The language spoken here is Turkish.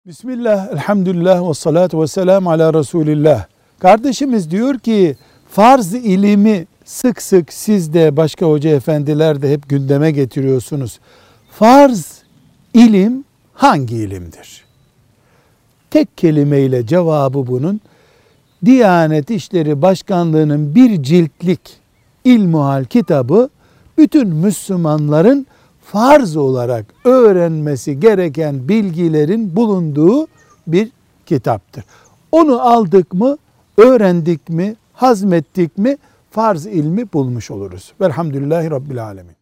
Bismillah, elhamdülillah ve salatu ve selamu ala Resulillah. Kardeşimiz diyor ki farz ilimi sık sık siz de başka hoca efendiler de hep gündeme getiriyorsunuz. Farz ilim hangi ilimdir? Tek kelimeyle cevabı bunun Diyanet İşleri Başkanlığı'nın bir ciltlik ilmuhal kitabı bütün Müslümanların farz olarak öğrenmesi gereken bilgilerin bulunduğu bir kitaptır. Onu aldık mı, öğrendik mi, hazmettik mi farz ilmi bulmuş oluruz. Velhamdülillahi Rabbil Alemin.